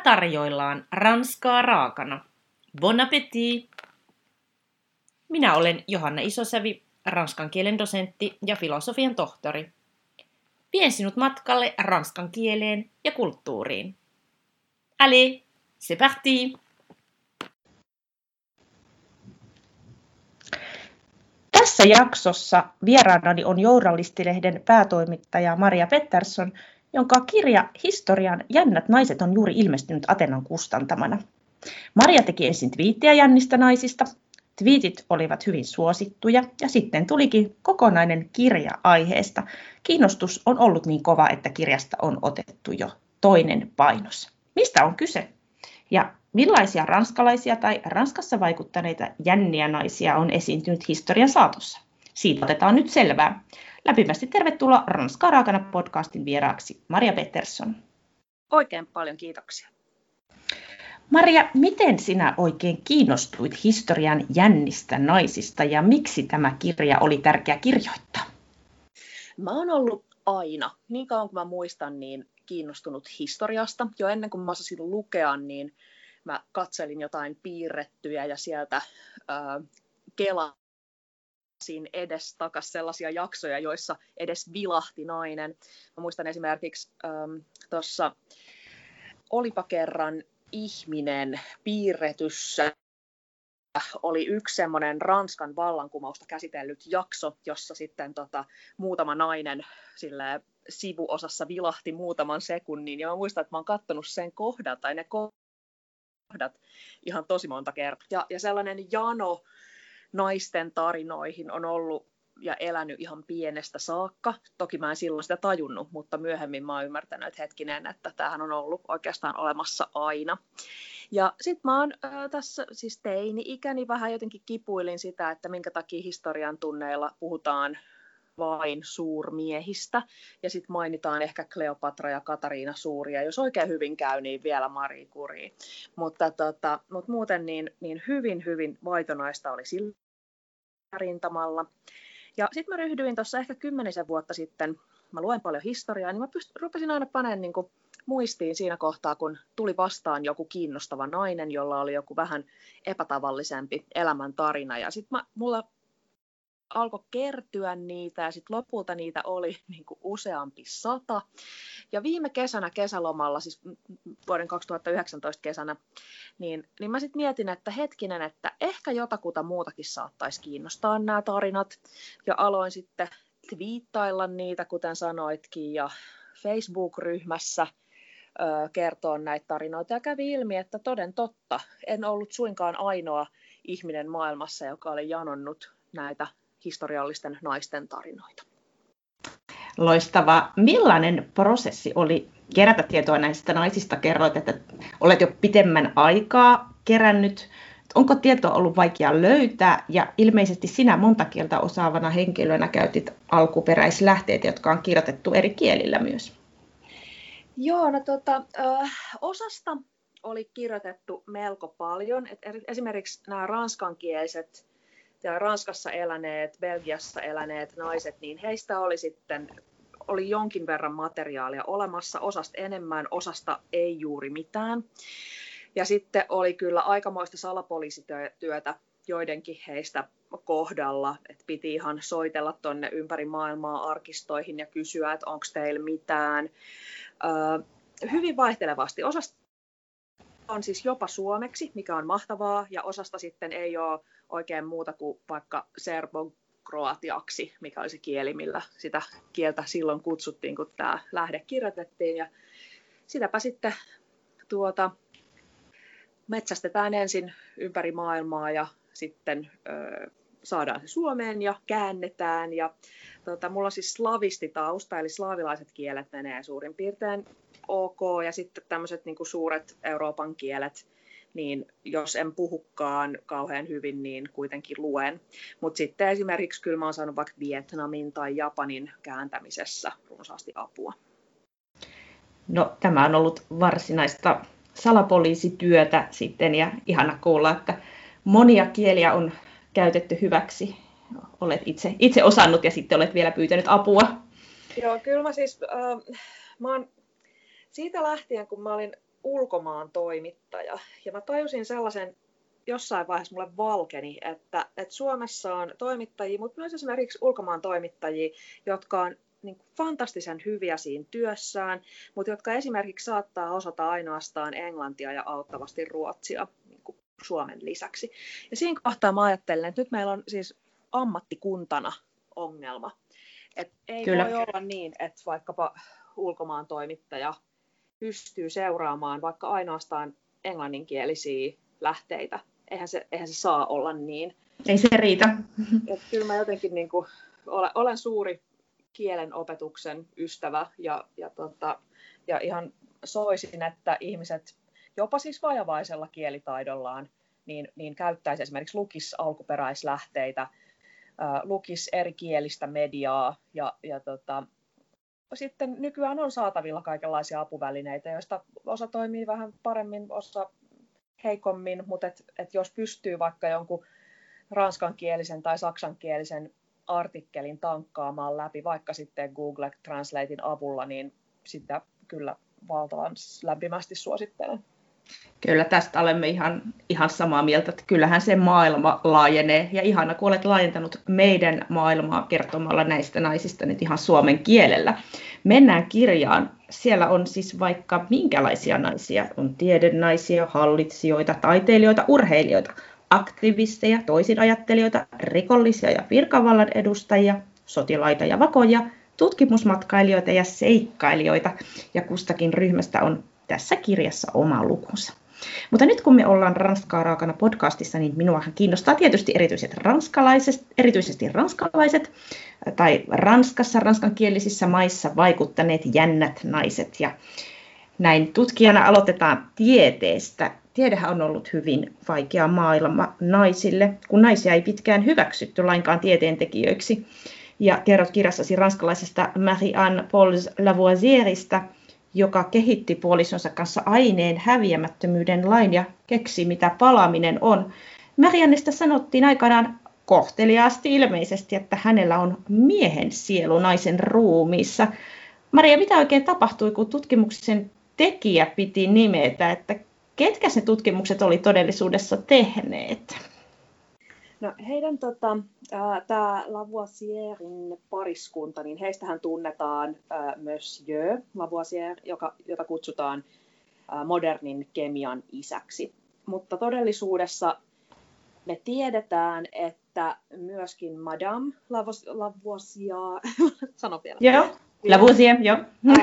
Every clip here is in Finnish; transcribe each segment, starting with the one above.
tarjoillaan ranskaa raakana. Bon appétit! Minä olen Johanna Isosävi, ranskan kielen dosentti ja filosofian tohtori. Vien sinut matkalle ranskan kieleen ja kulttuuriin. Allez, c'est parti! Tässä jaksossa vieraanani on Journalistilehden päätoimittaja Maria Pettersson, jonka kirja Historian jännät naiset on juuri ilmestynyt Atenan kustantamana. Maria teki ensin twiittiä jännistä naisista. Twiitit olivat hyvin suosittuja ja sitten tulikin kokonainen kirja aiheesta. Kiinnostus on ollut niin kova, että kirjasta on otettu jo toinen painos. Mistä on kyse? Ja millaisia ranskalaisia tai Ranskassa vaikuttaneita jänniä naisia on esiintynyt historian saatossa? Siitä otetaan nyt selvää. Lämpimästi tervetuloa Ranskaa raakana podcastin vieraaksi Maria Pettersson. Oikein paljon kiitoksia. Maria, miten sinä oikein kiinnostuit historian jännistä naisista ja miksi tämä kirja oli tärkeä kirjoittaa? Mä oon ollut aina, niin kauan kuin mä muistan, niin kiinnostunut historiasta. Jo ennen kuin mä osasin lukea, niin mä katselin jotain piirrettyjä ja sieltä kelasin edestakas sellaisia jaksoja, joissa edes vilahti nainen. Mä muistan esimerkiksi tuossa Olipa kerran ihminen piirretyssä oli yksi semmoinen Ranskan vallankumousta käsitellyt jakso, jossa sitten muutama nainen sivuosassa vilahti muutaman sekunnin. Ja mä muistan, että mä oon katsonut sen kohdan tai ne kohdat ihan tosi monta kertaa. Ja sellainen jano naisten tarinoihin on ollut ja elänyt ihan pienestä saakka. Toki mä en silloin sitä tajunnut, mutta myöhemmin mä oon ymmärtänyt, että hetkinen, että tämähän on ollut oikeastaan olemassa aina. Ja sit mä oon tässä siis teini-ikäni vähän jotenkin kipuilin sitä, että minkä takia historian tunneilla puhutaan vain suurmiehistä. Ja sitten mainitaan ehkä Kleopatra ja Katariina Suuria. Jos oikein hyvin käy, niin vielä Marie Curie. Mutta muuten niin hyvin vaitonaista oli sillä rintamalla. Ja sitten mä ryhdyin tuossa ehkä 10 vuotta sitten, mä luen paljon historiaa, niin mä rupesin aina panemaan niin kuin muistiin siinä kohtaa, kun tuli vastaan joku kiinnostava nainen, jolla oli joku vähän epätavallisempi elämäntarina. Ja sitten mulla alkoi kertyä niitä ja sitten lopulta niitä oli niin kuin useampi 100. Ja viime kesänä kesälomalla, siis vuoden 2019 kesänä, niin mä sitten mietin, että hetkinen, että ehkä jotakuta muutakin saattaisi kiinnostaa nämä tarinat. Ja aloin sitten twiittailla niitä, kuten sanoitkin, ja Facebook-ryhmässä kertoa näitä tarinoita. Ja kävi ilmi, että toden totta, en ollut suinkaan ainoa ihminen maailmassa, joka oli janonnut näitä historiallisten naisten tarinoita. Loistavaa. Millainen prosessi oli kerätä tietoa näistä naisista? Kerroit, että olet jo pitemmän aikaa kerännyt. Onko tietoa ollut vaikea löytää? Ja ilmeisesti sinä monta kieltä osaavana henkilönä käytit alkuperäislähteitä, jotka on kirjoitettu eri kielillä myös. Joo, osasta oli kirjoitettu melko paljon. Esimerkiksi nämä ranskankieliset ja Ranskassa eläneet, Belgiassa eläneet naiset, niin heistä oli jonkin verran materiaalia olemassa, osasta enemmän, osasta ei juuri mitään. Ja sitten oli kyllä aikamoista salapoliisityötä joidenkin heistä kohdalla, että piti ihan soitella tuonne ympäri maailmaa arkistoihin ja kysyä, että onko teillä mitään. Hyvin vaihtelevasti. Osasta on siis jopa suomeksi, mikä on mahtavaa, ja osasta sitten ei ole oikein muuta kuin vaikka serbokroatiaksi, mikä oli se kieli, millä sitä kieltä silloin kutsuttiin, kun tämä lähde kirjoitettiin. Ja sitäpä sitten metsästetään ensin ympäri maailmaa ja sitten saadaan se Suomeen ja käännetään. Ja mulla on siis slavistitausta, eli slaavilaiset kielet menee suurin piirtein ok, ja sitten tämmöiset niin kuin suuret Euroopan kielet, niin jos en puhukaan kauhean hyvin, niin kuitenkin luen. Mutta sitten esimerkiksi kyllä mä oon saanut vaikka Vietnamin tai Japanin kääntämisessä runsaasti apua. No, tämä on ollut varsinaista salapoliisityötä sitten, ja ihana kuulla, että monia kieliä on käytetty hyväksi. Olet itse osannut ja sitten olet vielä pyytänyt apua. Joo, kyllä mä siis, mä oon siitä lähtien, kun mä olin ulkomaan toimittaja. Ja mä tajusin sellaisen, jossain vaiheessa mulle valkeni, että Suomessa on toimittajia, mutta myös esimerkiksi ulkomaan toimittajia, jotka on niin kuin fantastisen hyviä siinä työssään, mutta jotka esimerkiksi saattaa osata ainoastaan englantia ja auttavasti ruotsia niin kuin Suomen lisäksi. Ja siinä kohtaa mä ajattelen, että nyt meillä on siis ammattikuntana ongelma. Et ei Kyllä. voi olla niin, että vaikkapa ulkomaan toimittaja pystyy seuraamaan vaikka ainoastaan englanninkielisiä lähteitä. Eihän se saa olla niin. Ei se riitä. Et kyllä mä jotenkin niin kuin olen suuri kielen opetuksen ystävä ja ihan soisin, että ihmiset jopa siis vajavaisella kielitaidollaan niin käyttäisi esimerkiksi lukis alkuperäislähteitä, lukis erikielistä mediaa ja sitten nykyään on saatavilla kaikenlaisia apuvälineitä, joista osa toimii vähän paremmin, osa heikommin, mutta et jos pystyy vaikka jonkun ranskankielisen tai saksankielisen artikkelin tankkaamaan läpi, vaikka sitten Google Translatein avulla, niin sitä kyllä valtavan lämpimästi suosittelen. Kyllä tästä olemme ihan samaa mieltä, että kyllähän se maailma laajenee. Ja ihana, kun olet laajentanut meidän maailmaa kertomalla näistä naisista nyt ihan suomen kielellä. Mennään kirjaan. Siellä on siis vaikka minkälaisia naisia. On tiedenaisia, hallitsijoita, taiteilijoita, urheilijoita, aktivisteja, toisinajattelijoita, rikollisia ja virkavallan edustajia, sotilaita ja vakoja, tutkimusmatkailijoita ja seikkailijoita. Ja kustakin ryhmästä on tässä kirjassa oma lukunsa. Mutta nyt kun me ollaan Ranskaa raakana podcastissa, niin minuahan kiinnostaa tietysti erityisesti ranskalaiset tai Ranskassa, ranskankielisissä maissa vaikuttaneet jännät naiset. Ja näin tutkijana aloitetaan tieteestä. Tiedehän on ollut hyvin vaikea maailma naisille, kun naisia ei pitkään hyväksytty lainkaan tieteentekijöiksi. Ja kerrot kirjassasi ranskalaisesta Marie-Anne Pauls Lavoisierista, joka kehitti puolisonsa kanssa aineen häviämättömyyden lain ja keksi, mitä palaminen on. Mariannesta sanottiin aikanaan kohteliaasti ilmeisesti, että hänellä on miehen sielu naisen ruumiissa. Maria, mitä oikein tapahtui, kun tutkimuksen tekijä piti nimetä, että ketkä se tutkimukset oli todellisuudessa tehneet? No, heidän tämä Lavoisierin pariskunta, niin heistähän tunnetaan Monsieur Lavoisier, jota kutsutaan modernin kemian isäksi. Mutta todellisuudessa me tiedetään, että myöskin Madame Lavoisier, sano vielä. Joo, Lavoisier, joo.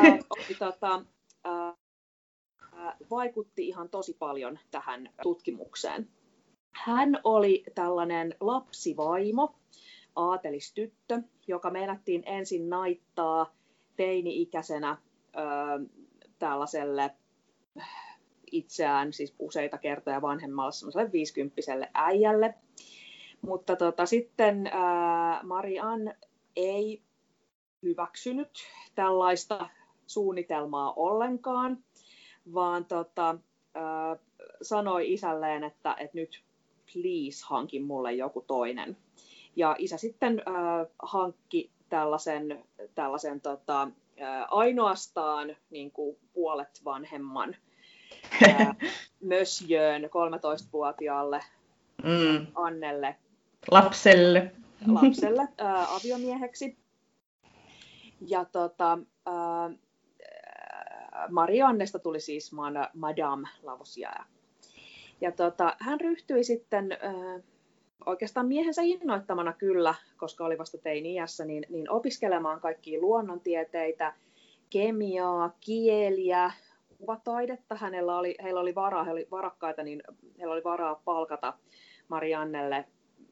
Vaikutti ihan tosi paljon tähän tutkimukseen. Hän oli tällainen lapsivaimo, aatelistyttö, joka meinattiin ensin naittaa teini-ikäisenä tällaiselle itseään siis useita kertoja vanhemmalle semmoiselle 50-vuotiaalle äijälle. Mutta sitten Marie-Anne ei hyväksynyt tällaista suunnitelmaa ollenkaan, vaan sanoi isälleen, että nyt please hanki mulle joku toinen. Ja isä sitten hankki tällaisen ainoastaan niin kuin puolet vanhemman Monsieur'n 13-vuotiaalle Annelle lapselle aviomieheksi. Ja Marie-Annesta tuli siis Madame Lavoisier. Ja hän ryhtyi sitten oikeastaan miehensä innoittamana kyllä, koska oli vasta teini-iässä, niin opiskelemaan kaikkia luonnontieteitä, kemiaa, kieliä, kuvataidetta. Heillä oli varaa, he oli varakkaita, niin heillä oli varaa palkata Marie-Annelle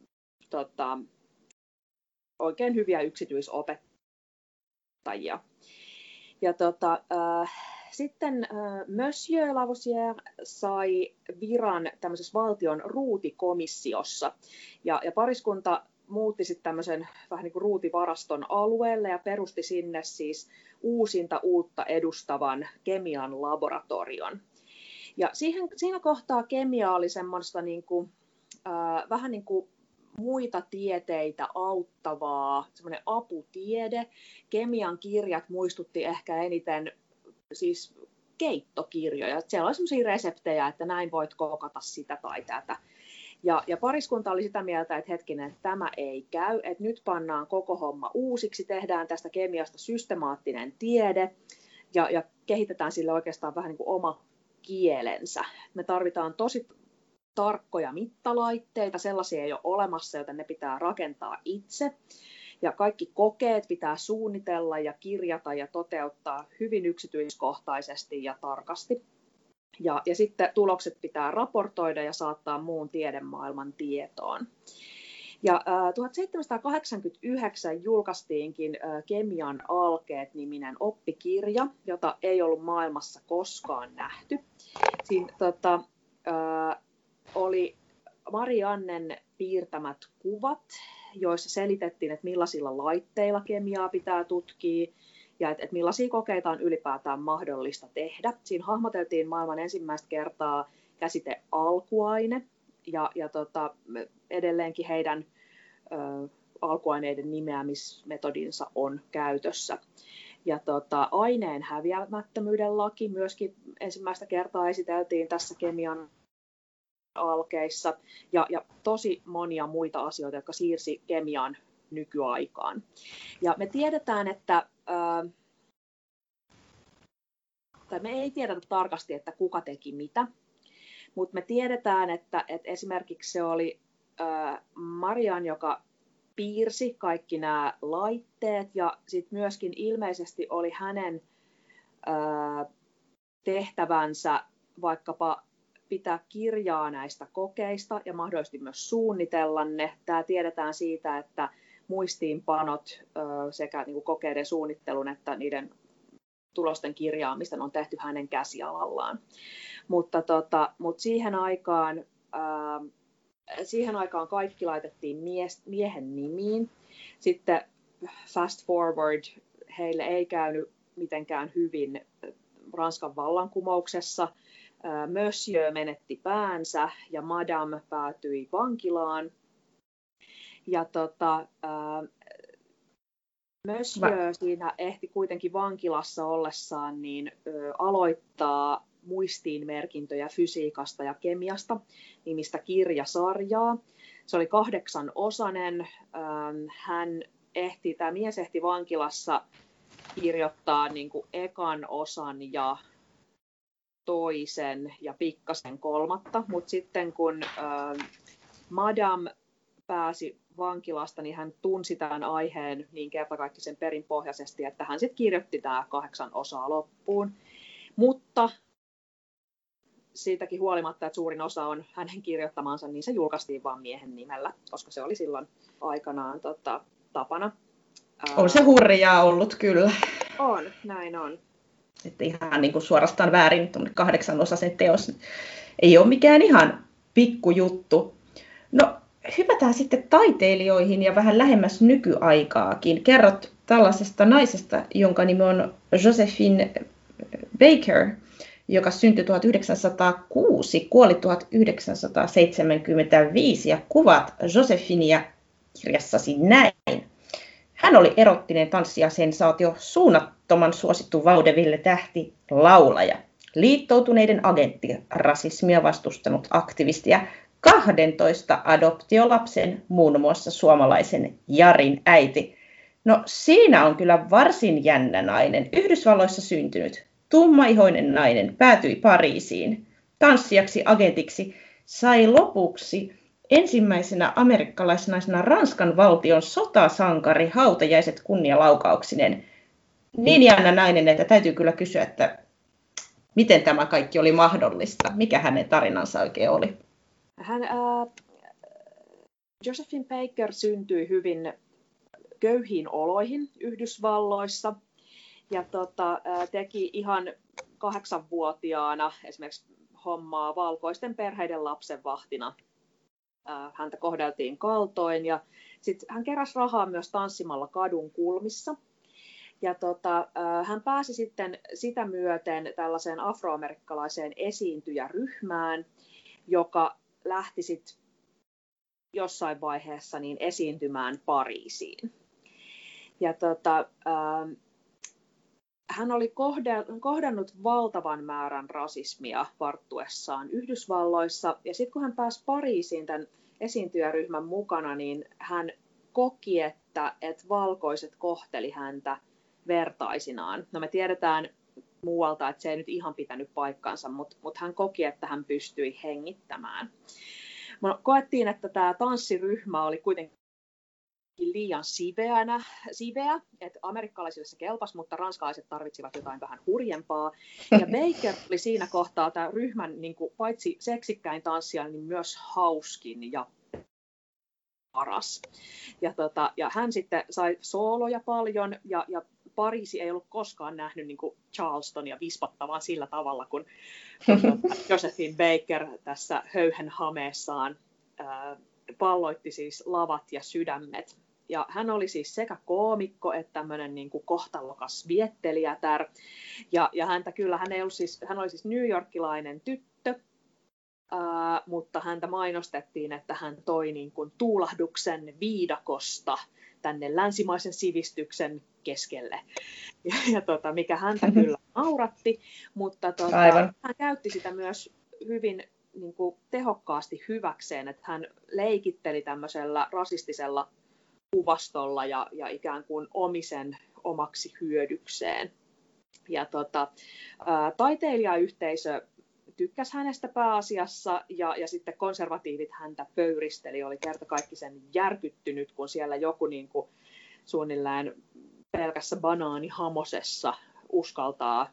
oikein hyviä yksityisopettajia. Ja sitten Monsieur Lavoisier sai viran tämmöisessä valtion ruutikomissiossa. Ja pariskunta muutti sitten tämmöisen vähän niin kuin ruutivaraston alueelle ja perusti sinne siis uutta edustavan kemian laboratorion. Ja siinä kohtaa kemia oli semmoista niin kuin, vähän niin kuin muita tieteitä auttavaa, semmoinen aputiede. Kemian kirjat muistutti ehkä eniten siis keittokirjoja. Siellä oli sellaisia reseptejä, että näin voit kokata sitä tai tätä. Ja pariskunta oli sitä mieltä, että hetkinen, että tämä ei käy, että nyt pannaan koko homma uusiksi, tehdään tästä kemiasta systemaattinen tiede ja kehitetään sille oikeastaan vähän niin kuin oma kielensä. Me tarvitaan tosi tarkkoja mittalaitteita, sellaisia ei ole olemassa, joten ne pitää rakentaa itse. Ja kaikki kokeet pitää suunnitella ja kirjata ja toteuttaa hyvin yksityiskohtaisesti ja tarkasti. Ja sitten tulokset pitää raportoida ja saattaa muun tiedemaailman tietoon. Ja 1789 julkaistiinkin Kemian alkeet-niminen oppikirja, jota ei ollut maailmassa koskaan nähty. Siinä oli Mariannen piirtämät kuvat, joissa selitettiin, että millaisilla laitteilla kemiaa pitää tutkia ja että millaisia kokeita on ylipäätään mahdollista tehdä. Siinä hahmoteltiin maailman ensimmäistä kertaa käsite alkuaine ja edelleenkin heidän alkuaineiden nimeämismetodinsa on käytössä. Ja aineen häviämättömyyden laki myöskin ensimmäistä kertaa esiteltiin tässä kemian alkeissa ja tosi monia muita asioita, jotka siirsi kemian nykyaikaan. Ja me tiedetään, että tai me ei tiedetä tarkasti, että kuka teki mitä, mutta me tiedetään, että esimerkiksi se oli Marian, joka piirsi kaikki nämä laitteet ja sitten myöskin ilmeisesti oli hänen tehtävänsä vaikkapa pitää kirjaa näistä kokeista ja mahdollisesti myös suunnitella ne. Tämä tiedetään siitä, että muistiinpanot sekä niin kuin kokeiden suunnittelun että niiden tulosten kirjaamista on tehty hänen käsialallaan. Mutta siihen aikaan kaikki laitettiin miehen nimiin. Sitten fast forward, heille ei käynyt mitenkään hyvin Ranskan vallankumouksessa. Monsieur menetti päänsä ja Madame päätyi vankilaan. Ja Monsieur siinä ehti kuitenkin vankilassa ollessaan aloittaa muistiinmerkintöjä fysiikasta ja kemiasta nimistä kirjasarjaa. Se oli 8-osainen. Tämä mies ehti vankilassa kirjoittaa niin kuin ekan osan ja toisen ja pikkasen kolmatta, mutta sitten kun Madame pääsi vankilasta, niin hän tunsi tämän aiheen niin kertakaikkisen perinpohjaisesti, että hän sitten kirjoitti tämä 8 osaa loppuun. Mutta siitäkin huolimatta, että suurin osa on hänen kirjoittamansa, niin se julkaistiin vain miehen nimellä, koska se oli silloin aikanaan tapana. On se hurjaa ollut kyllä. On, näin on. Että ihan niin kuin suorastaan väärin, 8-osaisen teos ei ole mikään ihan pikkujuttu. No, hypätään sitten taiteilijoihin ja vähän lähemmäs nykyaikaakin. Kerrot tällaisesta naisesta, jonka nimi on Josephine Baker, joka syntyi 1906, kuoli 1975 ja kuvat Josephinia kirjassasi näin. Hän oli erottinen tanssijasensaatio, suunnattoman suosittu vaudeville-tähti, laulaja, liittoutuneiden agentti, rasismia vastustanut aktivisti ja 12 adoptiolapsen, muun muassa suomalaisen Jarin äiti. No siinä on kyllä varsin jännä nainen. Yhdysvalloissa syntynyt, tummaihoinen nainen päätyi Pariisiin. Tanssijaksi, agentiksi, sai lopuksi ensimmäisenä amerikkalaisnaisena Ranskan valtion sotasankari hautajaiset kunnialaukauksineen. Niin jännä nainen, että täytyy kyllä kysyä, että miten tämä kaikki oli mahdollista? Mikä hänen tarinansa oikein oli? Josephine Baker syntyi hyvin köyhiin oloihin Yhdysvalloissa ja teki ihan 8-vuotiaana esimerkiksi hommaa valkoisten perheiden lapsenvahtina. Häntä kohdeltiin kaltoin ja sitten hän keräsi rahaa myös tanssimalla kadun kulmissa. Ja hän pääsi sitten sitä myöten tällaiseen afroamerikkalaiseen esiintyjäryhmään, joka lähti sitten jossain vaiheessa niin esiintymään Pariisiin. Ja hän oli kohdannut valtavan määrän rasismia varttuessaan Yhdysvalloissa, ja sitten kun hän pääsi Pariisiin tämän esiintyjäryhmän mukana, niin hän koki, että valkoiset kohteli häntä vertaisinaan. No me tiedetään muualta, että se ei nyt ihan pitänyt paikkansa, mutta hän koki, että hän pystyi hengittämään. Koettiin, että tämä tanssiryhmä oli kuitenkin liian siveä, että amerikkalaisille se kelpasi, mutta ranskalaiset tarvitsivat jotain vähän hurjempaa. Ja Baker oli siinä kohtaa tämä ryhmän niin kuin, paitsi seksikkäin tanssija, niin myös hauskin ja paras. Ja hän sitten sai sooloja paljon, ja Pariisi ei ollut koskaan nähnyt niin kuin Charlestonia vispattavan sillä tavalla, kun Josephine Baker tässä höyhenhameessaan palloitti siis lavat ja sydämet. Ja hän oli siis sekä koomikko että tämmöinen niin kuin kohtalokas viettelijätär. Ja hän oli siis newyorkilainen tyttö, mutta häntä mainostettiin, että hän toi niin kuin tuulahduksen viidakosta tänne länsimaisen sivistyksen keskelle, mikä häntä kyllä nauratti, mutta hän käytti sitä myös hyvin niin kuin tehokkaasti hyväkseen, että hän leikitteli tämmöisellä rasistisella kuvastolla ja ikään kuin omisen omaksi hyödykseen. Ja taiteilijayhteisö tykkäsi hänestä pääasiassa, ja sitten konservatiivit häntä pöyristeli, oli kertakaikkisen järkyttynyt, kun siellä joku niin kuin suunnilleen pelkässä banaanihamosessa uskaltaa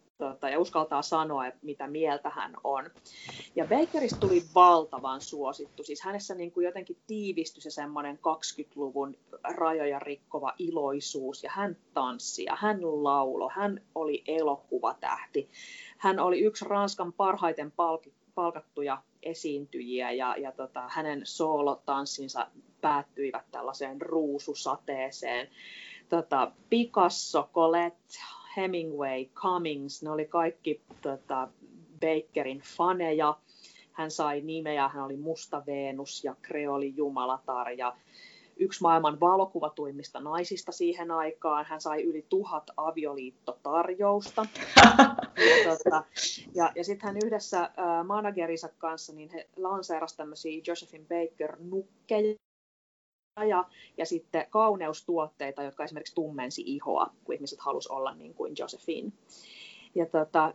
sanoa, mitä mieltä hän on. Ja Bakerista tuli valtavan suosittu. Siis hänessä niin kuin jotenkin tiivistyi se semmoinen 20-luvun rajoja rikkova iloisuus, ja hän tanssi, ja hän lauloi, hän oli elokuvatähti. Hän oli yksi Ranskan parhaiten palkattuja esiintyjiä, ja hänen soolotanssinsa päättyivät tällaiseen ruususateeseen. Picasso, Colette, Hemingway, Cummings, ne oli kaikki Bakerin faneja. Hän sai nimeä, hän oli Musta Venus ja Kreoli Jumalatar ja yksi maailman valokuvatuimmista naisista siihen aikaan. Hän sai yli 1000 avioliittotarjousta. Ja sitten hän yhdessä managerinsa kanssa niin he lanseerasivat tämmöisiä Josephine Baker-nukkeja. Ja sitten kauneustuotteita, jotka esimerkiksi tummensi ihoa, kun ihmiset halusivat olla niin kuin Josephine. Ja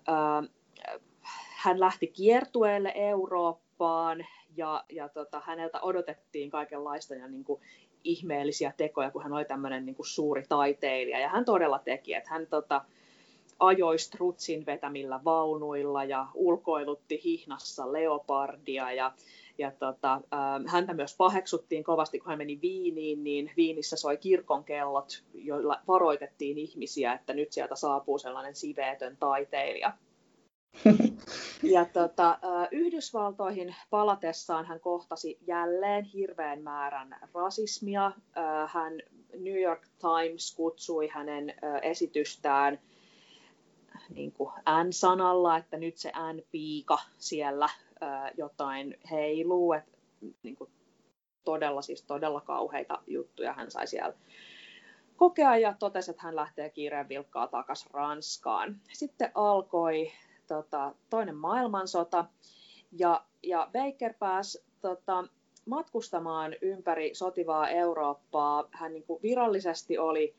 hän lähti kiertueelle Eurooppaan, ja häneltä odotettiin kaikenlaista ja niin kuin ihmeellisiä tekoja, kun hän oli tämmöinen niin kuin suuri taiteilija. Ja hän todella teki, että hän ajoi strutsin vetämillä vaunuilla ja ulkoilutti hihnassa leopardia ja häntä myös paheksuttiin kovasti, kun hän meni Wieniin, niin Wienissä soi kirkonkellot, joilla varoitettiin ihmisiä, että nyt sieltä saapuu sellainen siveetön taiteilija. Ja Yhdysvaltoihin palatessaan hän kohtasi jälleen hirveän määrän rasismia. New York Times kutsui hänen esitystään niin kuin N-sanalla, että nyt se N-piika siellä jotain heiluu, että niin kuin todella kauheita juttuja hän sai siellä kokea ja totesi, että hän lähtee kiireen vilkkaa takaisin Ranskaan. Sitten alkoi toinen maailmansota ja Baker pääsi matkustamaan ympäri sotivaa Eurooppaa. Hän niin kuin virallisesti oli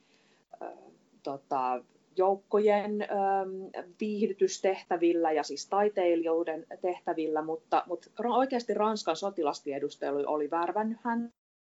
joukkojen viihdytystehtävillä ja siis taiteilijoiden tehtävillä, mutta oikeasti Ranskan sotilastiedustelu oli värvännyt häntä.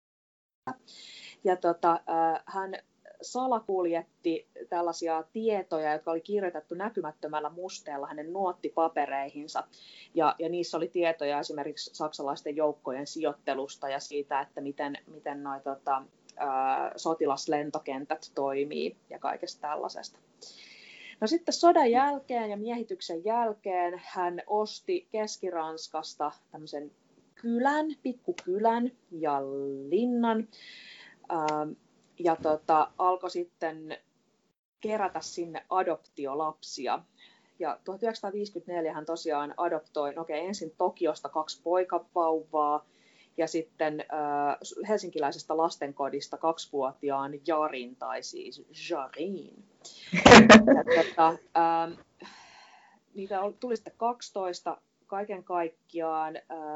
Ja hän salakuljetti tällaisia tietoja, jotka oli kirjoitettu näkymättömällä musteella hänen nuottipapereihinsa. Ja niissä oli tietoja esimerkiksi saksalaisten joukkojen sijoittelusta ja siitä, että miten noi sotilaslentokentät toimii ja kaikesta tällaisesta. No sitten sodan jälkeen ja miehityksen jälkeen hän osti Keski-Ranskasta tämmöisen pikkukylän ja linnan ja alkoi sitten kerätä sinne adoptiolapsia. Ja 1954 hän tosiaan adoptoi ensin Tokiosta 2 poikavauvaa ja sitten helsinkiläisestä lastenkodista 2-vuotiaan Jarin, tai siis Jarin. Niitä tuli sitten 12 kaiken kaikkiaan.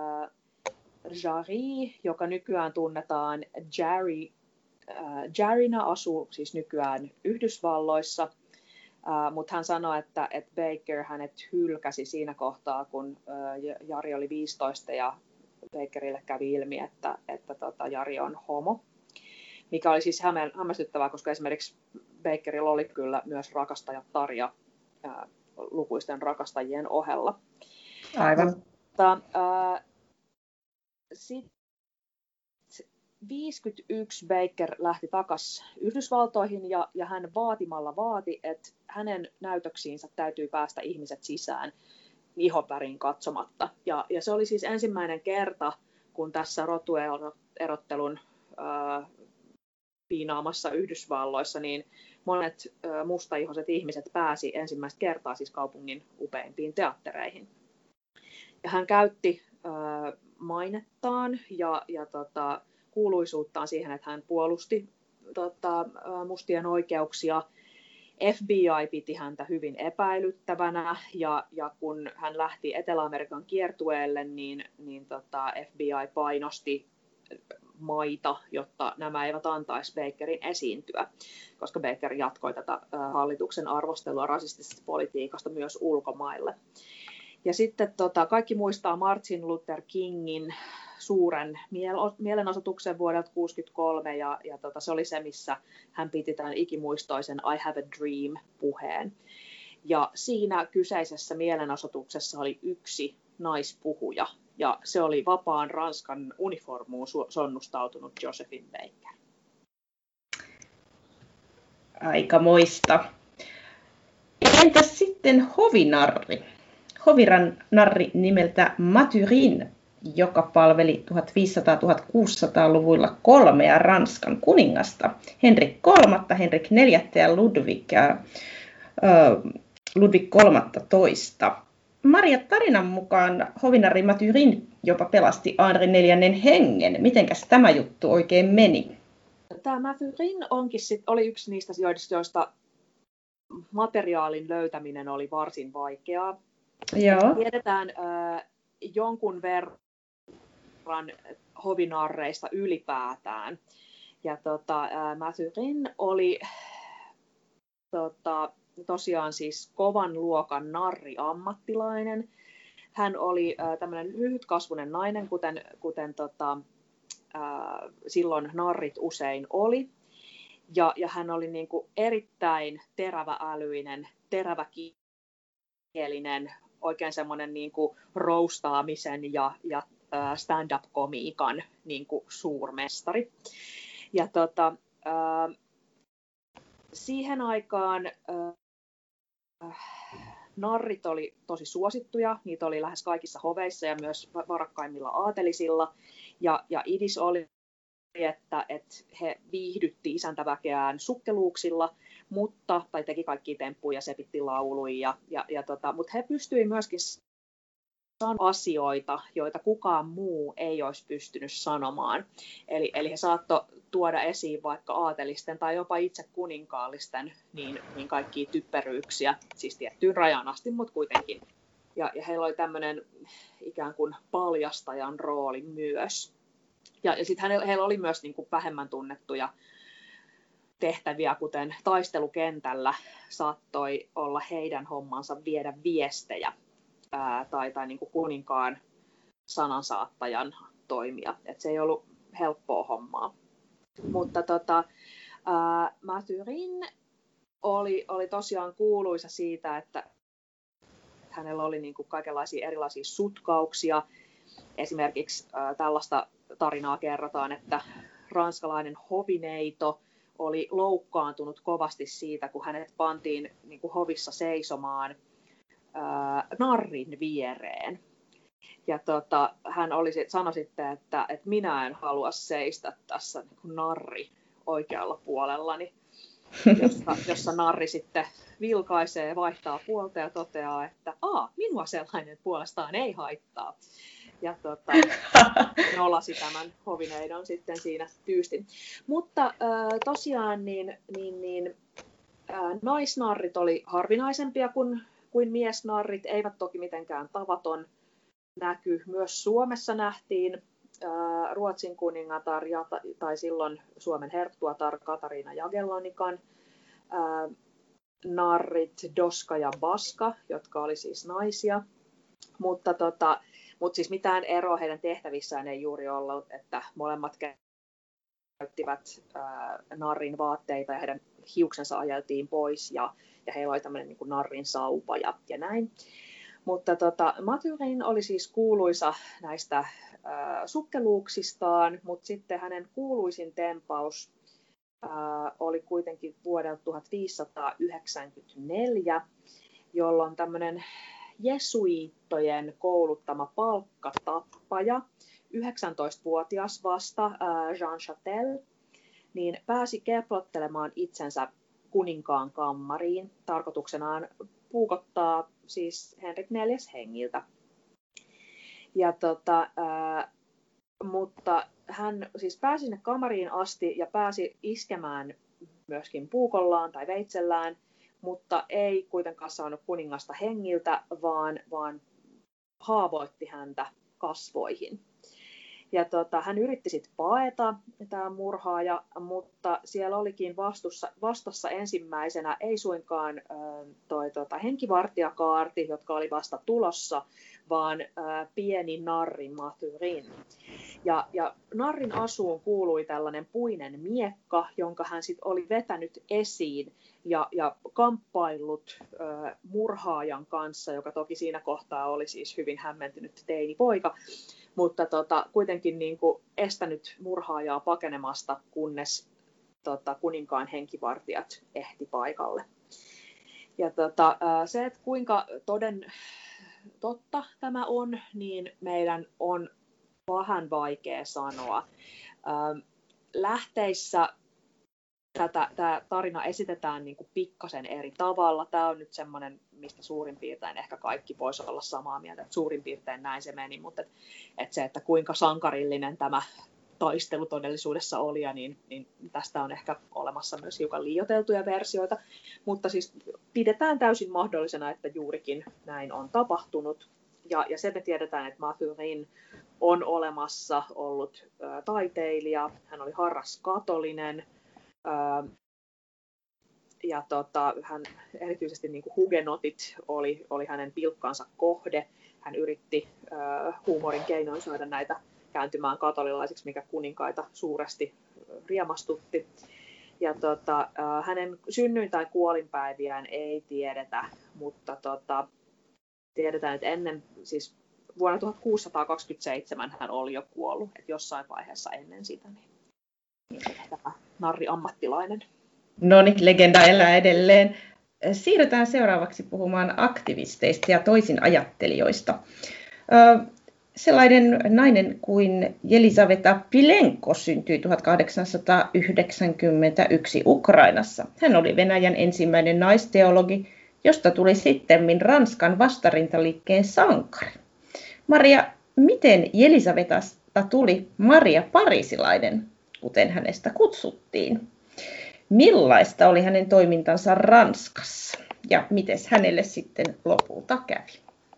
Jarry, joka nykyään tunnetaan Jarryna, asuu siis nykyään Yhdysvalloissa, mutta hän sanoi, että Baker hänet hylkäsi siinä kohtaa, kun Jari oli 15 ja Bakerille kävi ilmi, että Jari on homo, mikä oli siis hämmästyttävää, koska esimerkiksi Bakerilla oli kyllä myös rakastajattaria lukuisten rakastajien ohella. Aivan. Mutta, sitten 51 Baker lähti takaisin Yhdysvaltoihin ja hän vaatimalla vaati, että hänen näytöksiinsä täytyy päästä ihmiset sisään ihonväriin katsomatta. Ja se oli siis ensimmäinen kerta, kun tässä rotuerottelun piinaamassa Yhdysvalloissa, niin monet mustaihoiset ihmiset pääsi ensimmäistä kertaa siis kaupungin upeimpiin teattereihin. Ja hän käytti mainettaan ja kuuluisuuttaan siihen, että hän puolusti mustien oikeuksia. FBI piti häntä hyvin epäilyttävänä ja kun hän lähti Etelä-Amerikan kiertueelle, niin FBI painosti maita, jotta nämä eivät antaisi Bakerin esiintyä, koska Baker jatkoi tätä hallituksen arvostelua rasistisesta politiikasta myös ulkomaille. Ja sitten kaikki muistaa Martin Luther Kingin suuren mielenosoituksen vuodelta 1963, ja se oli se, missä hän piti tämän ikimuistoisen I have a dream-puheen. Ja siinä kyseisessä mielenosoituksessa oli yksi naispuhuja, ja se oli vapaan Ranskan uniformuun sonnustautunut Josephine Baker. Aikamoista. Entäs sitten hovinarri? Hovinarri nimeltä Mathurin, joka palveli 1500-1600-luvuilla 3 Ranskan kuningasta, Henrik III, Henrik IV ja Ludwig XIII. Maria, tarinan mukaan hovinarri Mathurin jopa pelasti Henri IV hengen. Mitenkäs tämä juttu oikein meni? Tämä Mathurin oli yksi niistä joista materiaalin löytäminen oli varsin vaikeaa. Joo. Tiedetään jonkun verran hovinarreista ylipäätään. Ja Mathurin oli tosiaan siis kovan luokan narriammattilainen. Hän oli tämmöinen lyhytkasvuinen nainen, kuten silloin narrit usein oli. Ja hän oli niin kuin erittäin teräväälyinen, teräväkielinen, oikein semmoinen niin kuin roustaamisen ja stand-up-komiikan niin kuin suurmestari. Ja siihen aikaan narrit oli tosi suosittuja, niitä oli lähes kaikissa hoveissa ja myös varakkaimmilla aatelisilla. Ja idis oli, että he viihdytti isäntäväkeään sukkeluuksilla, tai teki kaikkia temppuja, sepitti lauluja, mutta he pystyivät myöskin sanomaan asioita, joita kukaan muu ei olisi pystynyt sanomaan. Eli he saattoi tuoda esiin vaikka aatelisten tai jopa itse kuninkaallisten niin kaikkia typeryyksiä, siis tiettyyn rajaan asti, mutta kuitenkin. Ja heillä oli tämmöinen ikään kuin paljastajan rooli myös. Ja sitten heillä oli myös niin kuin vähemmän tunnettuja tehtäviä, kuten taistelukentällä saattoi olla heidän hommansa viedä viestejä tai niin kuin kuninkaan sanansaattajan toimia. Et se ei ollut helppoa hommaa. Mutta Mathurin oli tosiaan kuuluisa siitä, että hänellä oli niin kuin kaikenlaisia erilaisia sutkauksia. Esimerkiksi tällaista tarinaa kerrotaan, että ranskalainen hovineito oli loukkaantunut kovasti siitä, kun hänet pantiin niin kuin hovissa seisomaan narrin viereen. Ja hän sanoi sitten, että minä en halua seistä tässä niin kuin narri oikealla puolellani, jossa narri sitten vilkaisee, vaihtaa puolta ja toteaa, että minua sellainen puolestaan ei haittaa. Ja nolasi tämän hovineidon sitten siinä tyystin. Mutta tosiaan niin Naisnarrit oli harvinaisempia kuin miesnarrit, eivät toki mitenkään tavaton näky. Myös Suomessa nähtiin Ruotsin kuningatar tai silloin Suomen herttuatar Katariina Jagellonikan narrit Doska ja Baska, jotka oli siis naisia, mutta siis mitään eroa heidän tehtävissään ei juuri ollut, että molemmat käyttivät narrin vaatteita ja heidän hiuksensa ajeltiin pois ja heillä oli tämmöinen niin kuin narrin saupa ja näin. Mutta Mathurin oli siis kuuluisa näistä sukkeluuksistaan, mutta sitten hänen kuuluisin tempaus oli kuitenkin vuodelta 1594, jolloin tämmöinen jesuiittojen kouluttama palkkatappaja, 19-vuotias vasta Jean Châtel, niin pääsi keplottelemaan itsensä kuninkaan kammariin. Tarkoituksenaan puukottaa siis Henrik IV hengiltä. Ja mutta hän siis pääsi sinne kamariin asti ja pääsi iskemään myöskin puukollaan tai veitsellään, mutta ei kuitenkaan saanut kuningasta hengiltä, vaan haavoitti häntä kasvoihin. Ja hän yritti sitten paeta, tämä murhaaja, mutta siellä olikin vastassa ensimmäisenä ei suinkaan henkivartijakaarti, jotka oli vasta tulossa, vaan pieni narri Mathurin. Ja narrin asuun kuului tällainen puinen miekka, jonka hän sitten oli vetänyt esiin ja kamppaillut murhaajan kanssa, joka toki siinä kohtaa oli siis hyvin hämmentynyt teinipoika, mutta kuitenkin niin kuin estänyt murhaajaa pakenemasta, kunnes kuninkaan henkivartijat ehti paikalle. Ja se, että kuinka totta tämä on, niin meidän on vähän vaikea sanoa. Lähteissä tämä tarina esitetään niin kuin pikkasen eri tavalla. Tämä on nyt semmoinen, mistä suurin piirtein ehkä kaikki voisi olla samaa mieltä, että suurin piirtein näin se meni, mutta että kuinka sankarillinen tämä taistelu todellisuudessa oli, niin tästä on ehkä olemassa myös hiukan liioiteltuja versioita, mutta siis pidetään täysin mahdollisena, että juurikin näin on tapahtunut. Ja se me tiedetään, että Mathurin on olemassa ollut taiteilija, hän oli harras katolinen, ja hän erityisesti niin kuin hugenotit oli hänen pilkkansa kohde. Hän yritti huumorin keinoin saada näitä kääntymään katolilaisiksi, mikä kuninkaita suuresti riemastutti. Ja hänen synnyin- tai kuolinpäiviään ei tiedetä, mutta tiedetään, että siis vuonna 1627 hän oli jo kuollut, että jossain vaiheessa ennen sitä, niin tämä narri ammattilainen. No niin, legenda elää edelleen. Siirrytään seuraavaksi puhumaan aktivisteista ja toisinajattelijoista. Sellainen nainen kuin Jelisaveta Pilenko syntyi 1891 Ukrainassa. Hän oli Venäjän ensimmäinen naisteologi, josta tuli sittemmin Ranskan vastarintaliikkeen sankari. Maria, miten Jelisavetasta tuli Maria Parisilainen, kuten hänestä kutsuttiin? Millaista oli hänen toimintansa Ranskassa ja miten hänelle sitten lopulta kävi?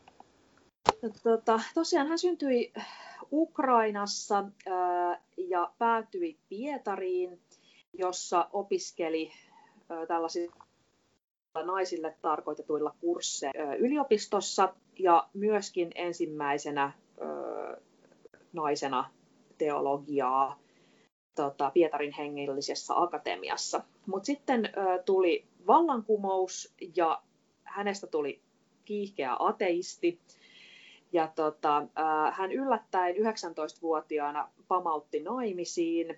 Tosiaan hän syntyi Ukrainassa ja päätyi Pietariin, jossa opiskeli tällaisilla naisille tarkoitetuilla kursseilla yliopistossa ja myöskin ensimmäisenä naisena teologiaa Pietarin hengellisessä akatemiassa. Mutta sitten tuli vallankumous ja hänestä tuli kiihkeä ateisti. Ja hän yllättäen 19-vuotiaana pamautti naimisiin,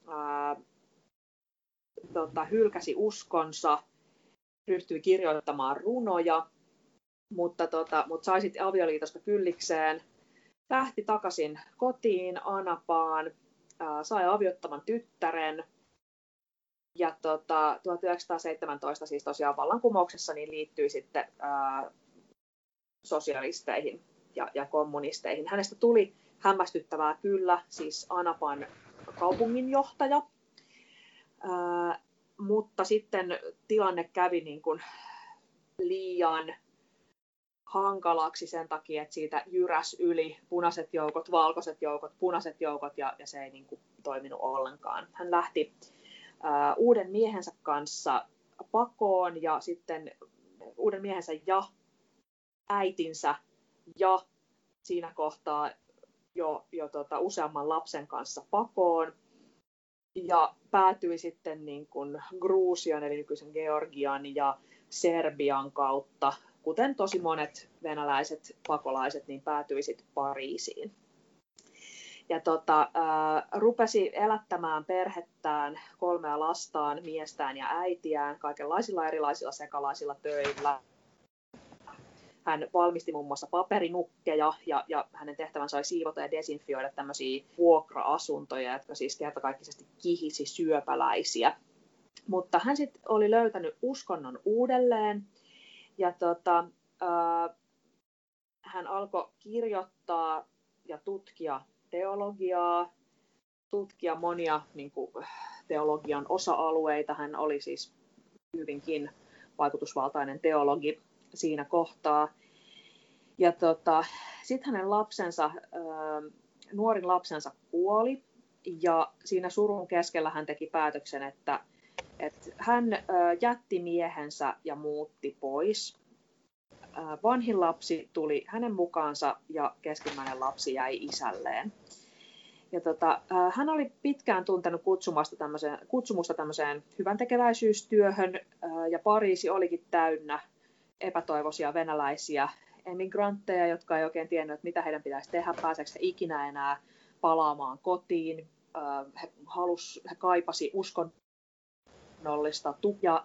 hylkäsi uskonsa, ryhtyi kirjoittamaan runoja, mutta sai sitten avioliitosta kyllikseen, lähti takaisin kotiin Anapaan, sai aviottoman tyttären ja 1917 siis tosiaan vallankumouksessa niin liittyi sitten sosialisteihin ja kommunisteihin. Hänestä tuli hämmästyttävää kyllä siis Anapan kaupunginjohtaja, mutta sitten tilanne kävi niin kuin liian hankalaksi sen takia, että siitä jyräs yli punaiset joukot, valkoiset joukot, punaiset joukot ja se ei niin kuin toiminut ollenkaan. Hän lähti uuden miehensä kanssa pakoon ja sitten uuden miehensä ja äitinsä ja siinä kohtaa jo useamman lapsen kanssa pakoon ja päätyi sitten niin kuin Gruusian eli nykyisen Georgian ja Serbian kautta, kuten tosi monet venäläiset pakolaiset, niin päätyi sitten Pariisiin. Ja rupesi elättämään perhettään, 3 lastaan, miestään ja äitiään, kaikenlaisilla erilaisilla sekalaisilla töillä. Hän valmisti muun muassa paperinukkeja ja hänen tehtävänsä oli siivota ja desinfioida tämmöisiä vuokra-asuntoja, jotka siis kertakaikkisesti kihisi syöpäläisiä. Mutta hän sitten oli löytänyt uskonnon uudelleen ja hän alkoi kirjoittaa ja tutkia teologiaa, tutkia monia niin kuin, teologian osa-alueita. Hän oli siis hyvinkin vaikutusvaltainen teologi siinä kohtaa. Ja sitten hänen lapsensa, nuorin lapsensa kuoli ja siinä surun keskellä hän teki päätöksen, että hän jätti miehensä ja muutti pois. Vanhin lapsi tuli hänen mukaansa ja keskimmäinen lapsi jäi isälleen. Ja hän oli pitkään tuntenut kutsumusta tämmöiseen hyväntekeväisyystyöhön ja Pariisi olikin täynnä epätoivoisia venäläisiä emigrantteja, jotka ei oikein tiennyt, mitä heidän pitäisi tehdä, pääseekö he ikinä enää palaamaan kotiin. He kaipasi uskonnollista tukea.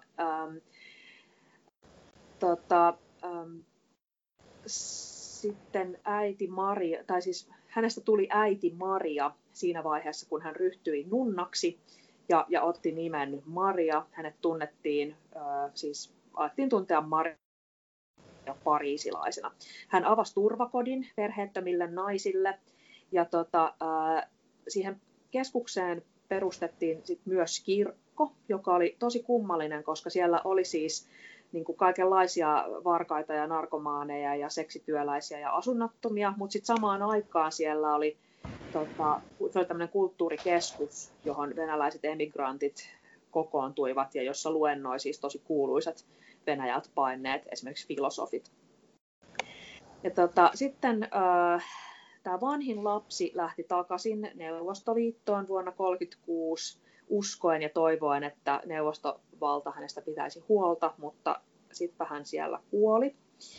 Sitten äiti Maria, tai siis hänestä tuli äiti Maria siinä vaiheessa, kun hän ryhtyi nunnaksi ja otti nimen Maria. Hänet tunnettiin, siis alettiin tuntea Maria pariisilaisena. Hän avasi turvakodin perheettömille naisille ja siihen keskukseen perustettiin sit myös kirkko, joka oli tosi kummallinen, koska siellä oli siis niin kuin kaikenlaisia varkaita ja narkomaaneja ja seksityöläisiä ja asunnottomia, mutta sitten samaan aikaan siellä oli, se oli tämmöinen kulttuurikeskus, johon venäläiset emigrantit kokoontuivat ja jossa luennoi siis tosi kuuluisat Venäjältä paineet, esimerkiksi filosofit. Ja sitten tämä vanhin lapsi lähti takaisin Neuvostoliittoon vuonna 1936 uskoen ja toivoen, että neuvostovalta hänestä pitäisi huolta, mutta sitten hän siellä kuoli.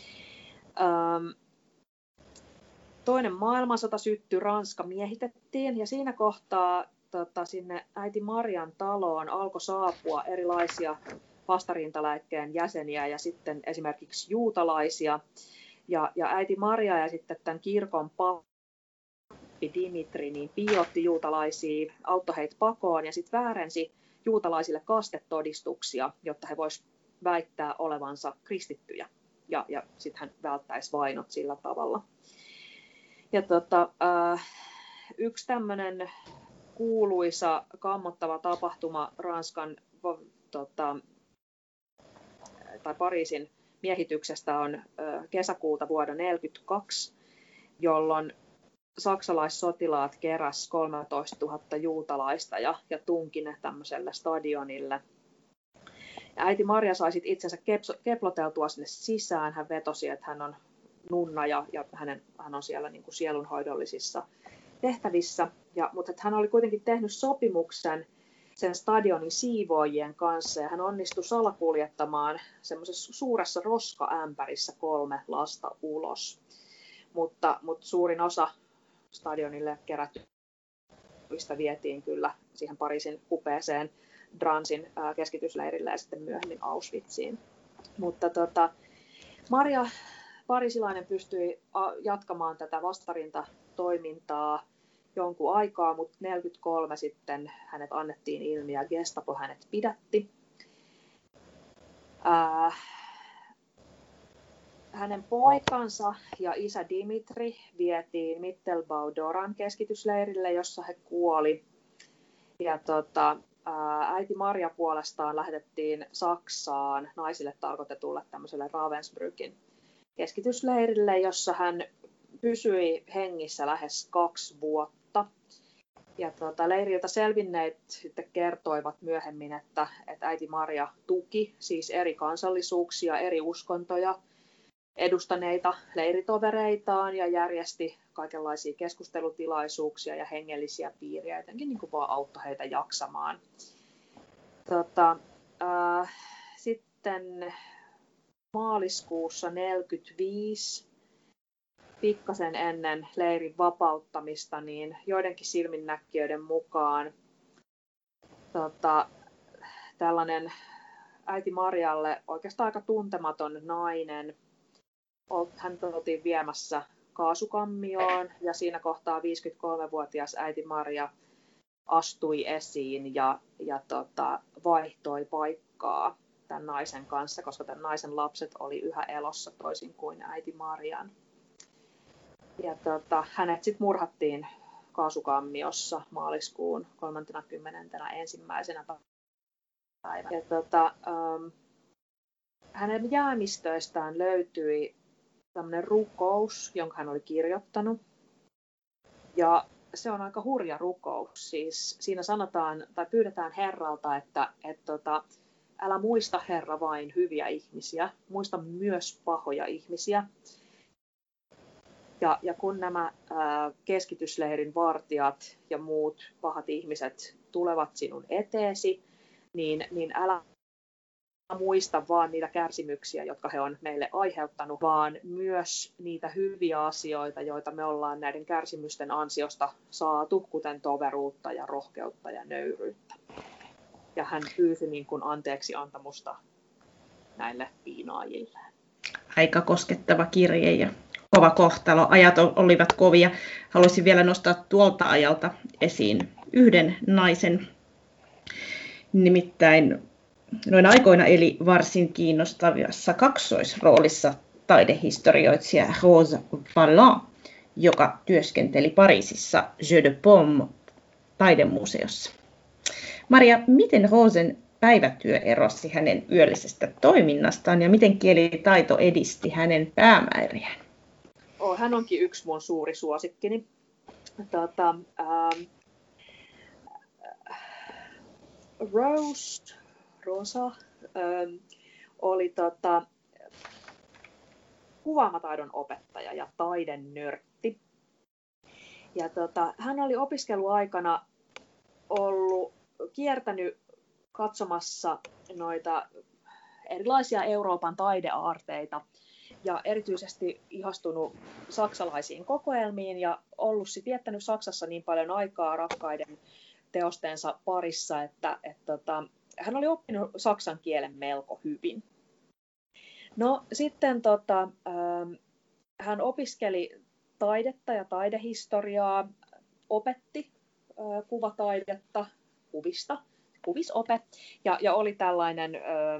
Toinen maailmansota syttyi, Ranska miehitettiin ja siinä kohtaa sinne äiti Marian taloon alkoi saapua erilaisia vastarintaläikkeen jäseniä ja sitten esimerkiksi juutalaisia. Ja äiti Maria ja sitten tämän kirkon pappi Dimitri niin piilotti juutalaisia, auttoi heitä pakoon ja sitten väärensi juutalaisille kastetodistuksia, jotta he voisivat väittää olevansa kristittyjä. Ja sitten hän välttäisi vainot sillä tavalla. Ja yksi tämmöinen kuuluisa, kammottava tapahtuma Ranskan tai Pariisin miehityksestä on kesäkuuta vuonna 1942, jolloin saksalaissotilaat keräs 13 000 juutalaista ja tunki ne tämmöiselle stadionille. Ja äiti Maria sai sit itsensä keploteltua sinne sisään. Hän vetosi, että hän on nunna ja hän on siellä niin kuin sielunhoidollisissa tehtävissä. Mutta hän oli kuitenkin tehnyt sopimuksen sen stadionin siivoojien kanssa ja hän onnistui salakuljettamaan semmoisessa suuressa roskaämpärissä 3 lasta ulos. Mutta suurin osa stadionille kerätyistä vietiin kyllä siihen Pariisin kupeeseen Dransin keskitysleirille ja sitten myöhemmin Auschwitziin. Mutta Maria Pariisilainen pystyi jatkamaan tätä vastarintatoimintaa jonkun aikaa, mutta 1943 sitten hänet annettiin ilmi ja Gestapo hänet pidätti. Hänen poikansa ja isä Dimitri vietiin Mittelbau-Doran keskitysleirille, jossa he kuoli. Ja äiti Maria puolestaan lähetettiin Saksaan naisille tarkoitetulle tämmöiselle Ravensbrückin keskitysleirille, jossa hän pysyi hengissä lähes 2 vuotta. Ja leiriltä selvinneet sitten kertoivat myöhemmin, että äiti Maria tuki siis eri kansallisuuksia, eri uskontoja edustaneita leiritovereitaan ja järjesti kaikenlaisia keskustelutilaisuuksia ja hengellisiä piiriä, jotenkin niin kuin vaan auttoi heitä jaksamaan. Sitten maaliskuussa 1945, pikkasen ennen leirin vapauttamista, niin joidenkin silminnäkijöiden mukaan tällainen äiti Marialle oikeastaan aika tuntematon nainen, hän oltiin viemässä kaasukammioon ja siinä kohtaa 53-vuotias äiti Maria astui esiin ja vaihtoi paikkaa tämän naisen kanssa, koska tämän naisen lapset oli yhä elossa toisin kuin äiti Marian. Ja hänet sitten murhattiin kaasukammiossa maaliskuun 31. päivänä. Ja hänen jäämistöistään löytyi tämmöinen rukous, jonka hän oli kirjoittanut. Ja se on aika hurja rukous. Siis siinä sanotaan tai pyydetään Herralta, että älä muista, Herra, vain hyviä ihmisiä, muista myös pahoja ihmisiä. Ja kun nämä keskitysleirin vartijat ja muut pahat ihmiset tulevat sinun eteesi, niin älä muista vaan niitä kärsimyksiä, jotka he on meille aiheuttanut, vaan myös niitä hyviä asioita, joita me ollaan näiden kärsimysten ansiosta saatu, kuten toveruutta ja rohkeutta ja nöyryyttä. Ja hän pyysi niin kuin anteeksi antamusta näille piinaajille. Aika koskettava kirje ja kova kohtalo. Ajat olivat kovia. Haluaisin vielä nostaa tuolta ajalta esiin yhden naisen, nimittäin noin aikoina eli varsin kiinnostavassa kaksoisroolissa taidehistorioitsija Rose Valland, joka työskenteli Pariisissa Jeu de Paume taidemuseossa. Maria, miten Rosen päivätyö erosi hänen yöllisestä toiminnastaan ja miten kielitaito edisti hänen päämääriään? Hän onkin yksi mun suuri suosikkini. Rosa oli kuvaamataidon opettaja ja taidenörtti. Ja hän oli opiskeluaikana kiertänyt katsomassa noita erilaisia Euroopan taideaarteita ja erityisesti ihastunut saksalaisiin kokoelmiin ja viettänyt Saksassa niin paljon aikaa rakkaiden teostensa parissa, että hän oli oppinut saksan kielen melko hyvin. No sitten hän opiskeli taidetta ja taidehistoriaa, opetti kuvataidetta, kuvisope, ja oli tällainen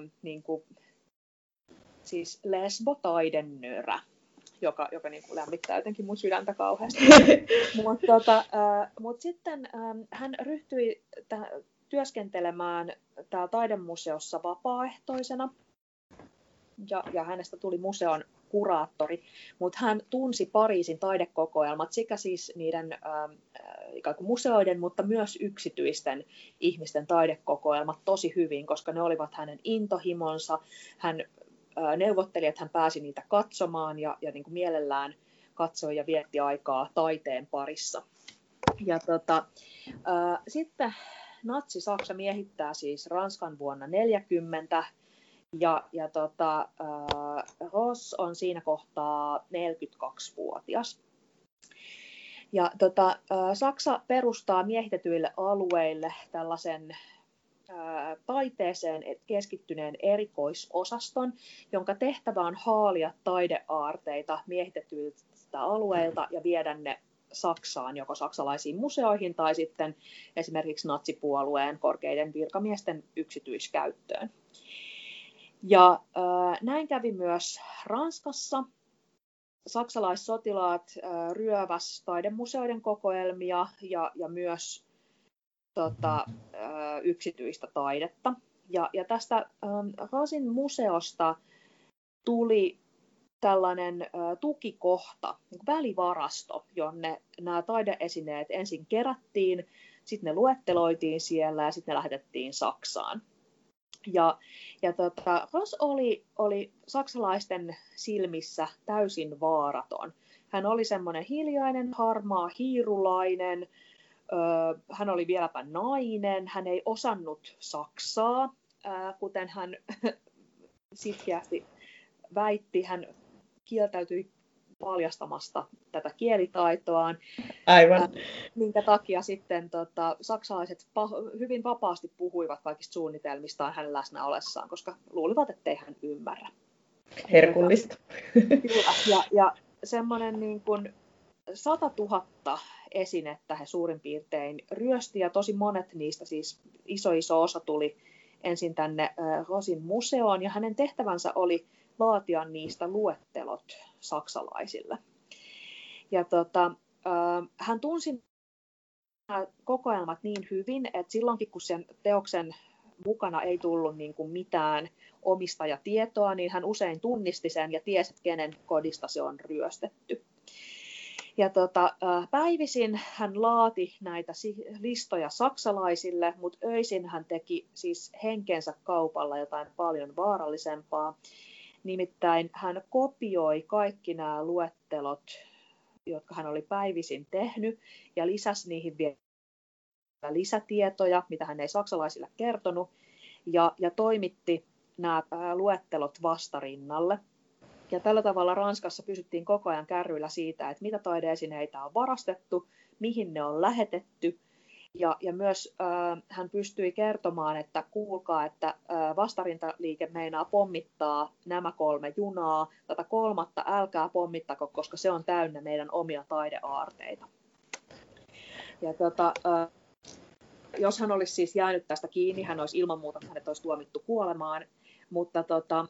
siis lesbotaidennörä, joka niin kuin lämmittää jotenkin mun sydäntä kauheasti. Mutta sitten hän ryhtyi työskentelemään täällä taidemuseossa vapaaehtoisena, ja hänestä tuli museon kuraattori, mutta hän tunsi Pariisin taidekokoelmat sekä siis niiden ikään kuin museoiden, mutta myös yksityisten ihmisten taidekokoelmat tosi hyvin, koska ne olivat hänen intohimonsa. Hän neuvotteli, että hän pääsi niitä katsomaan ja niin kuin mielellään katsoi ja vietti aikaa taiteen parissa. Ja sitten Natsi-Saksa miehittää siis Ranskan vuonna 1940 ja Ross on siinä kohtaa 42-vuotias. Ja Saksa perustaa miehitetyille alueille tällaisen taiteeseen keskittyneen erikoisosaston, jonka tehtävä on haalia taideaarteita miehitetyiltä alueilta ja viedä ne Saksaan, joko saksalaisiin museoihin tai sitten esimerkiksi natsipuolueen korkeiden virkamiesten yksityiskäyttöön. Ja näin kävi myös Ranskassa. Saksalaissotilaat ryöväs taidemuseoiden kokoelmia ja myös yksityistä taidetta. Ja tästä Rosin museosta tuli tällainen tukikohta, niin välivarasto, jonne nämä taideesineet ensin kerättiin, sitten ne luetteloitiin siellä ja sitten ne lähetettiin Saksaan. Ros oli saksalaisten silmissä täysin vaaraton. Hän oli semmoinen hiljainen, harmaa, hiirulainen. Hän oli vieläpä nainen. Hän ei osannut saksaa, kuten hän sitkeästi väitti. Hän kieltäytyi paljastamasta tätä kielitaitoaan. Aivan. Minkä takia sitten saksalaiset hyvin vapaasti puhuivat kaikista suunnitelmistaan hänen läsnä ollessaan, koska luulivat, ettei hän ymmärrä. Herkullista. Kyllä. Ja semmoinen niin kuin 100 000 esinettä he suurin piirtein ryösti, ja tosi monet niistä, siis iso osa tuli ensin tänne Rosin museoon, ja hänen tehtävänsä oli laatia niistä luettelot saksalaisille. Ja hän tunsi nämä kokoelmat niin hyvin, että silloinkin kun sen teoksen mukana ei tullut niin kuin mitään omistajatietoa, niin hän usein tunnisti sen ja tiesi, kenen kodista se on ryöstetty. Ja päivisin hän laati näitä listoja saksalaisille, mutta öisin hän teki siis henkensä kaupalla jotain paljon vaarallisempaa. Nimittäin hän kopioi kaikki nämä luettelot, jotka hän oli päivisin tehnyt, ja lisäsi niihin vielä lisätietoja, mitä hän ei saksalaisille kertonut, ja toimitti nämä luettelot vastarinnalle. Ja tällä tavalla Ranskassa pysyttiin koko ajan kärryillä siitä, että mitä taideesineitä on varastettu, mihin ne on lähetetty. Ja myös hän pystyi kertomaan, että kuulkaa, että vastarintaliike meinaa pommittaa nämä 3 junaa. Tätä 3. älkää pommittako, koska se on täynnä meidän omia taideaarteita. Ja jos hän olisi siis jäänyt tästä kiinni, hän olisi ilman muuta, hänet olisi tuomittu kuolemaan. Mutta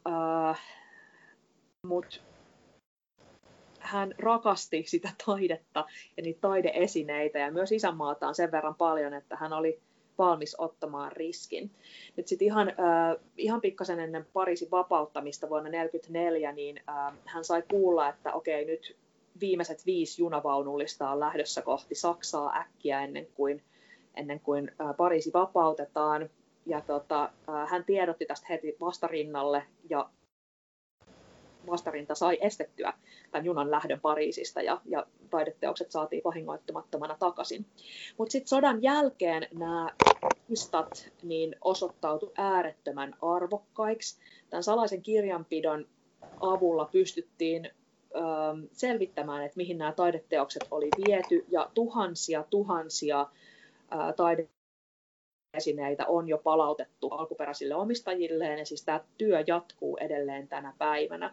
hän rakasti sitä taidetta ja niitä taideesineitä ja myös isänmaataan sen verran paljon, että hän oli valmis ottamaan riskin. Nyt sitten ihan pikkasen ennen Pariisin vapauttamista vuonna 1944, niin hän sai kuulla, että okei, nyt viimeiset 5 junavaunullista on lähdössä kohti Saksaa äkkiä ennen kuin Pariisi vapautetaan. Ja hän tiedotti tästä heti vastarinnalle, ja vastarinta sai estettyä tämän junan lähdön Pariisista, ja taideteokset saatiin vahingoittumattomana takaisin. Mutta sitten sodan jälkeen nämä listat niin osoittautui äärettömän arvokkaiksi. Tämän salaisen kirjanpidon avulla pystyttiin selvittämään, että mihin nämä taideteokset oli viety, ja tuhansia taideesineitä on jo palautettu alkuperäisille omistajilleen, ja siis tämä työ jatkuu edelleen tänä päivänä.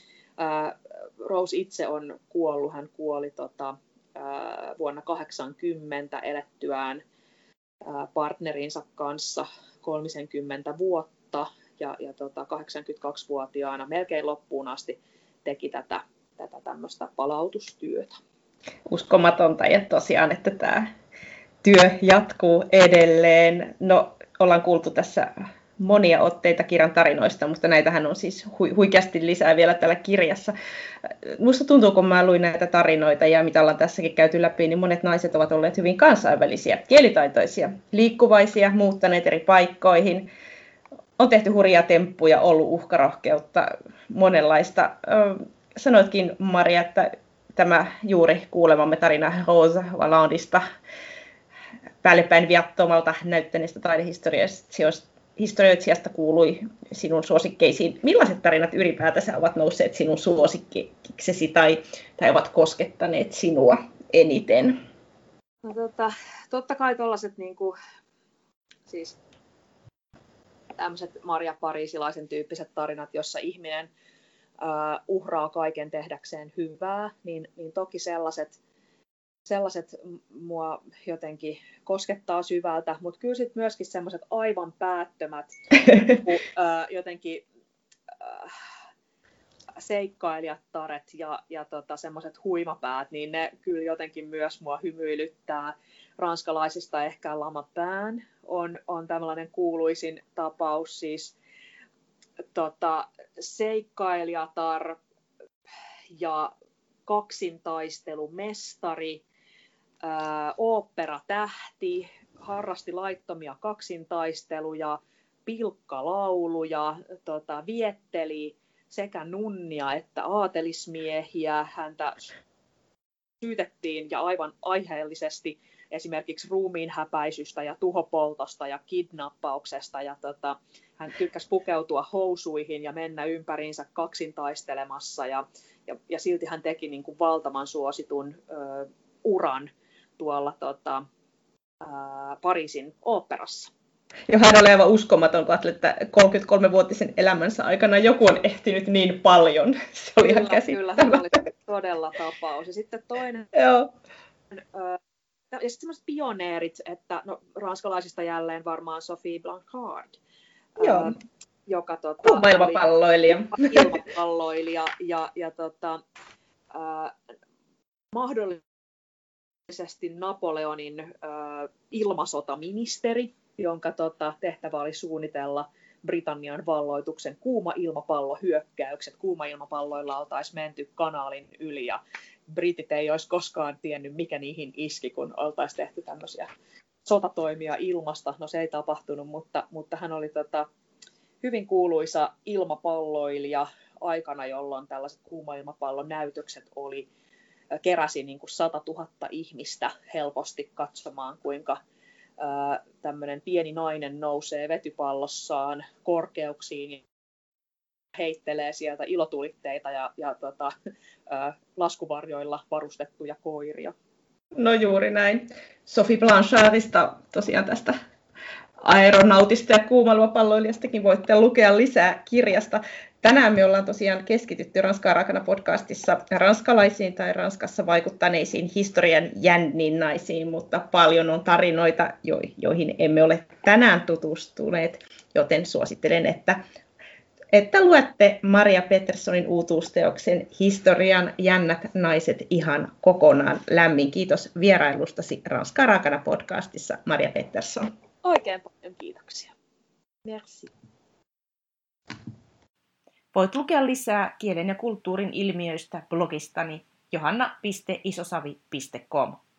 Rose itse on kuollut, hän kuoli vuonna 1980 elettyään partnerinsa kanssa 30 vuotta, ja 82-vuotiaana melkein loppuun asti teki tätä tämmöistä palautustyötä. Uskomatonta, ja tosiaan, että tämä työ jatkuu edelleen. No, ollaan kuultu tässä monia otteita kirjan tarinoista, mutta näitähän on siis huikeasti lisää vielä täällä kirjassa. Musta tuntuu, kun mä luin näitä tarinoita ja mitä ollaan tässäkin käyty läpi, niin monet naiset ovat olleet hyvin kansainvälisiä, kielitaitoisia, liikkuvaisia, muuttaneet eri paikkoihin. On tehty hurjia temppuja, ollut uhkarohkeutta, monenlaista. Sanoitkin, Maria, että tämä juuri kuulemamme tarina Rose Vallandista, päällepäin viattomalta näyttäneestä taidehistorioitsijasta kuului sinun suosikkeisiin. Millaiset tarinat ylipäätänsä ovat nousseet sinun suosikkiksi tai ovat koskettaneet sinua eniten? No, totta kai tuollaiset siis tämmöiset Maria Pariisilaisen tyyppiset tarinat, jossa ihminen uhraa kaiken tehdäkseen hyvää, niin toki sellaiset mua jotenkin koskettaa syvältä, mutta kyllä sitten myöskin sellaiset aivan päättömät jotenkin seikkailijattaret ja semmoiset huimapäät, niin ne kyllä jotenkin myös mua hymyilyttää. Ranskalaisista ehkä Lamapään on tällainen kuuluisin tapaus, siis seikkailijatar ja kaksintaistelumestari, oopperatähti, harrasti laittomia kaksintaisteluja, pilkkalauluja, vietteli sekä nunnia että aatelismiehiä. Häntä syytettiin ja aivan aiheellisesti esimerkiksi ruumiinhäpäisystä ja tuhopoltosta ja kidnappauksesta. Ja hän tykkäsi pukeutua housuihin ja mennä ympäriinsä kaksintaistelemassa ja silti hän teki niin kuin valtavan suositun uran tuolla Pariisin oopperassa. Ja hän oli aivan uskomaton, kun ajattelin, että 33-vuotisen elämänsä aikana joku on ehtinyt niin paljon. Se oli ihan käsittävää. Kyllä, hän oli todella tapaus. Ja sitten toinen, Joo. Ja sitten sellaiset pioneerit, että ranskalaisista jälleen varmaan Sophie Blancard, joka ilmapalloilija. Ilmapalloilija ja mahdollisesti Napoleonin ilmasotaministeri, jonka tehtävä oli suunnitella Britannian valloituksen kuuma-ilmapallohyökkäykset. Kuuma-ilmapalloilla oltaisiin menty kanaalin yli ja britit ei olisi koskaan tiennyt, mikä niihin iski, kun oltaisiin tehty tämmöisiä sotatoimia ilmasta. No se ei tapahtunut, mutta hän oli hyvin kuuluisa ilmapalloilija aikana, jolloin tällaiset kuuma-ilmapallonäytökset keräsi niin kuin 100 000 ihmistä helposti katsomaan, kuinka tämmöinen pieni nainen nousee vetypallossaan korkeuksiin ja heittelee sieltä ilotulitteita ja laskuvarjoilla varustettuja koiria. No juuri näin. Sophie Blanchardista, tosiaan tästä aeronautista ja kuumailmapalloilijastakin voitte lukea lisää kirjasta. Tänään me ollaan tosiaan keskitytty Ranskaa raakana podcastissa ranskalaisiin tai Ranskassa vaikuttaneisiin historian jänninnaisiin, mutta paljon on tarinoita, joihin emme ole tänään tutustuneet, joten suosittelen, että luette Maria Petterssonin uutuusteoksen Historian jännät naiset ihan kokonaan. Lämmin kiitos vierailustasi Ranskaa raakana podcastissa, Maria Pettersson. Oikein paljon kiitoksia. Merci. Voit lukea lisää kielen ja kulttuurin ilmiöistä blogistani johanna.isosavi.com.